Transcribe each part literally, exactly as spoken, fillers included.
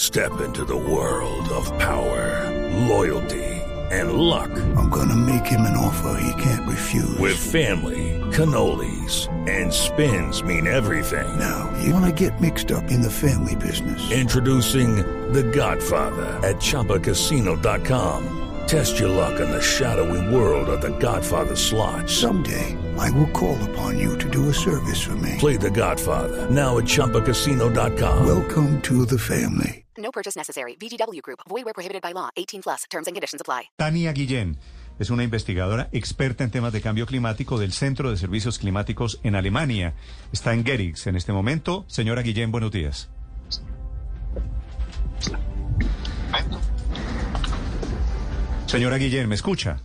Step into the world of power, loyalty, and luck. I'm gonna make him an offer he can't refuse. With family, cannolis, and spins mean everything. Now, you wanna get mixed up in the family business. Introducing The Godfather at Chumba Casino dot com. Test your luck in the shadowy world of The Godfather slot. Someday, I will call upon you to do a service for me. Play The Godfather, now at Chumba Casino dot com. Welcome to the family. No purchase necessary. V G W Group. Void where prohibited by law. eighteen plus. Terms and conditions apply. Tania Guillén es una investigadora experta en temas de cambio climático del Centro de Servicios Climáticos en Alemania. Está en Geriz en este momento. Señora Guillén, buenos días. Señora Guillén, ¿me escucha?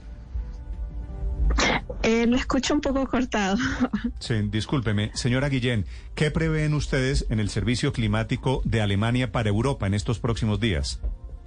Eh, lo escucho un poco cortado. Sí, discúlpeme. Señora Guillén, ¿qué prevén ustedes en el Servicio Climático de Alemania para Europa en estos próximos días?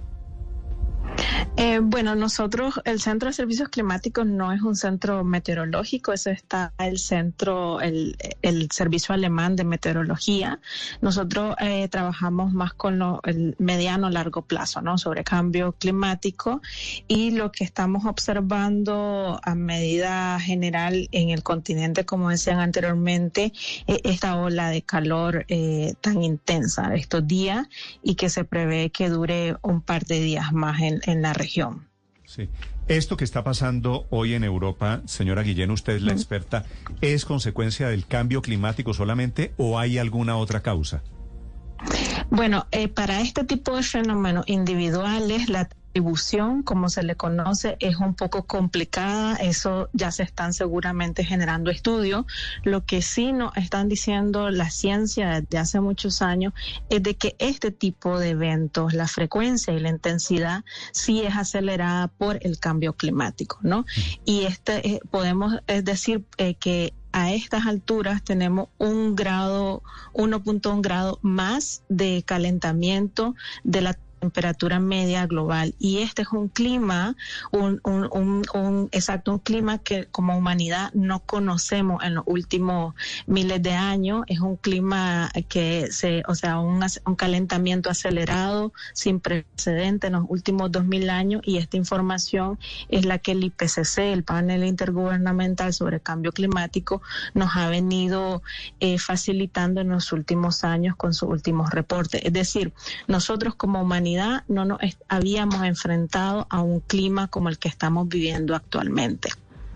Eh, bueno, nosotros, el Centro de Servicios Climáticos no es un centro meteorológico, eso está el centro, el, el Servicio Alemán de Meteorología. Nosotros eh, trabajamos más con lo, el mediano largo plazo, ¿no? Sobre cambio climático, y lo que estamos observando a medida general en el continente, como decían anteriormente, eh, esta ola de calor eh, tan intensa estos días y que se prevé que dure un par de días más en, en la región. Sí. Esto que está pasando hoy en Europa, señora Guillén, usted es la experta, ¿es consecuencia del cambio climático solamente o hay alguna otra causa? Bueno, eh, para este tipo de fenómenos individuales, la distribución, como se le conoce, es un poco complicada. Eso ya se están seguramente generando estudios. Lo que sí nos están diciendo la ciencia desde hace muchos años es de que este tipo de eventos, la frecuencia y la intensidad, sí es acelerada por el cambio climático, ¿no? Y este eh, podemos es decir eh, que a estas alturas tenemos un grado, uno punto uno grado más de calentamiento de la temperatura media global, y este es un clima, un, un, un, un exacto un clima que como humanidad no conocemos en los últimos miles de años. Es un clima que se, o sea, un, un calentamiento acelerado sin precedente en los últimos dos mil años, y esta información es la que el I P C C, el Panel Intergubernamental sobre Cambio Climático, nos ha venido eh, facilitando en los últimos años con sus últimos reportes. Es decir, nosotros como humanidad no nos habíamos enfrentado a un clima como el que estamos viviendo actualmente.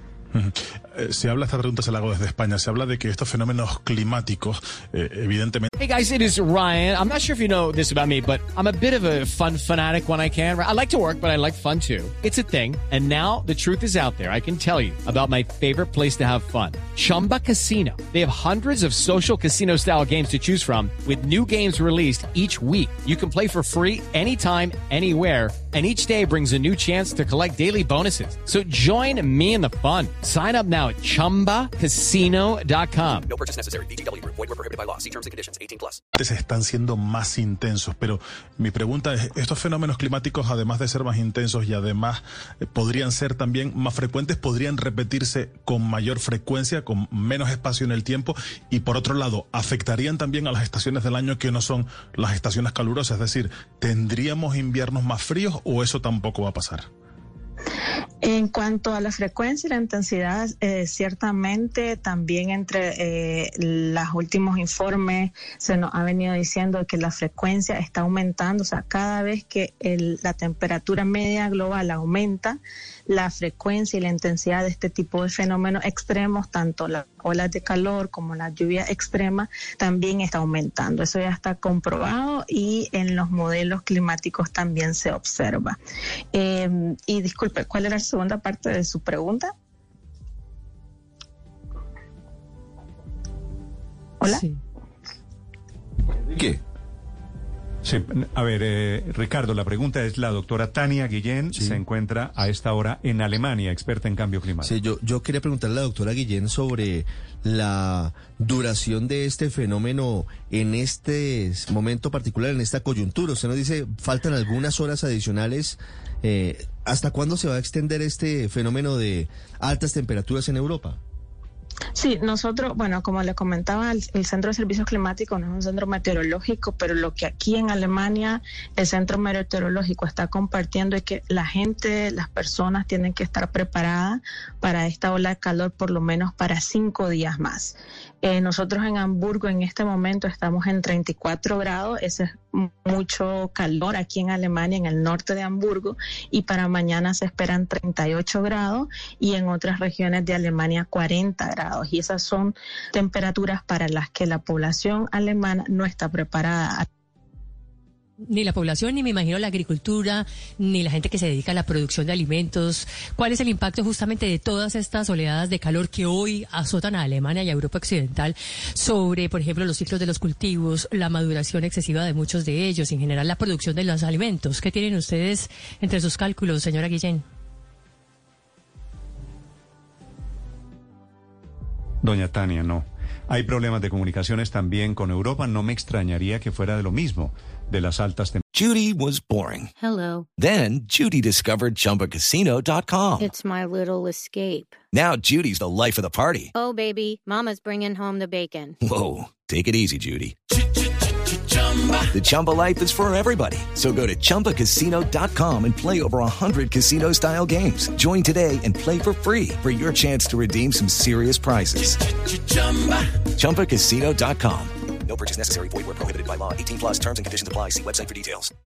Se habla, esta pregunta se la hago desde España, se habla de que estos fenómenos climáticos, eh, evidentemente... Hey guys, it is Ryan. I'm not sure if you know this about me, but I'm a bit of a fun fanatic when I can. I like to work, but I like fun too. It's a thing. And now the truth is out there. I can tell you about my favorite place to have fun. Chumba Casino. They have hundreds of social casino style games to choose from with new games released each week. You can play for free anytime, anywhere. And each day brings a new chance to collect daily bonuses. So join me in the fun. Sign up now at Chumba Casino dot com. No purchase necessary. V G W Group. Void where prohibited by law. See terms and conditions. eighteen plus. Están siendo más intensos, pero mi pregunta es, ¿estos fenómenos climáticos, además de ser más intensos y además eh, podrían ser también más frecuentes, podrían repetirse con mayor frecuencia, con menos espacio en el tiempo? Y por otro lado, ¿afectarían también a las estaciones del año que no son las estaciones calurosas? Es decir, ¿tendríamos inviernos más fríos o eso tampoco va a pasar? En cuanto a la frecuencia y la intensidad, eh, ciertamente también entre eh, los últimos informes se nos ha venido diciendo que la frecuencia está aumentando. O sea, cada vez que el, la temperatura media global aumenta, la frecuencia y la intensidad de este tipo de fenómenos extremos, tanto las olas de calor como la lluvia extrema, también está aumentando. Eso ya está comprobado y en los modelos climáticos también se observa. Eh, y disculpe, ¿cuál era la segunda parte de su pregunta? ¿Hola? Sí. ¿Qué? Sí, a ver, eh, Ricardo, la pregunta es, la doctora Tania Guillén sí. se encuentra a esta hora en Alemania, experta en cambio climático. Sí, yo, yo quería preguntarle a la doctora Guillén sobre la duración de este fenómeno en este momento particular, en esta coyuntura. Usted nos dice, faltan algunas horas adicionales. Eh, ¿Hasta cuándo se va a extender este fenómeno de altas temperaturas en Europa? Sí, nosotros, bueno, como le comentaba, el, el Centro de Servicios Climáticos no es un centro meteorológico, pero lo que aquí en Alemania el Centro Meteorológico está compartiendo es que la gente, las personas tienen que estar preparadas para esta ola de calor por lo menos para cinco días más. Eh, nosotros en Hamburgo en este momento estamos en treinta y cuatro grados, ese es mucho calor aquí en Alemania, en el norte de Hamburgo, y para mañana se esperan treinta y ocho grados y en otras regiones de Alemania cuarenta grados. Y esas son temperaturas para las que la población alemana no está preparada. Ni la población, ni me imagino la agricultura, ni la gente que se dedica a la producción de alimentos. ¿Cuál es el impacto justamente de todas estas oleadas de calor que hoy azotan a Alemania y a Europa Occidental sobre, por ejemplo, los ciclos de los cultivos, la maduración excesiva de muchos de ellos, en general la producción de los alimentos? ¿Qué tienen ustedes entre sus cálculos, señora Guillén? Doña Tania, no. Hay problemas de comunicaciones también con Europa. No me extrañaría que fuera de lo mismo, de las altas temperaturas. Judy was boring. Hello. Then Judy discovered Chumba Casino dot com. It's my little escape. Now Judy's the life of the party. Oh, baby, mama's bringing home the bacon. Whoa, take it easy, Judy. The Chumba life is for everybody. So go to Chumba Casino dot com and play over one hundred casino-style games. Join today and play for free for your chance to redeem some serious prizes. Chumba Casino dot com. No purchase necessary. Void where prohibited by law. eighteen plus terms and conditions apply. See website for details.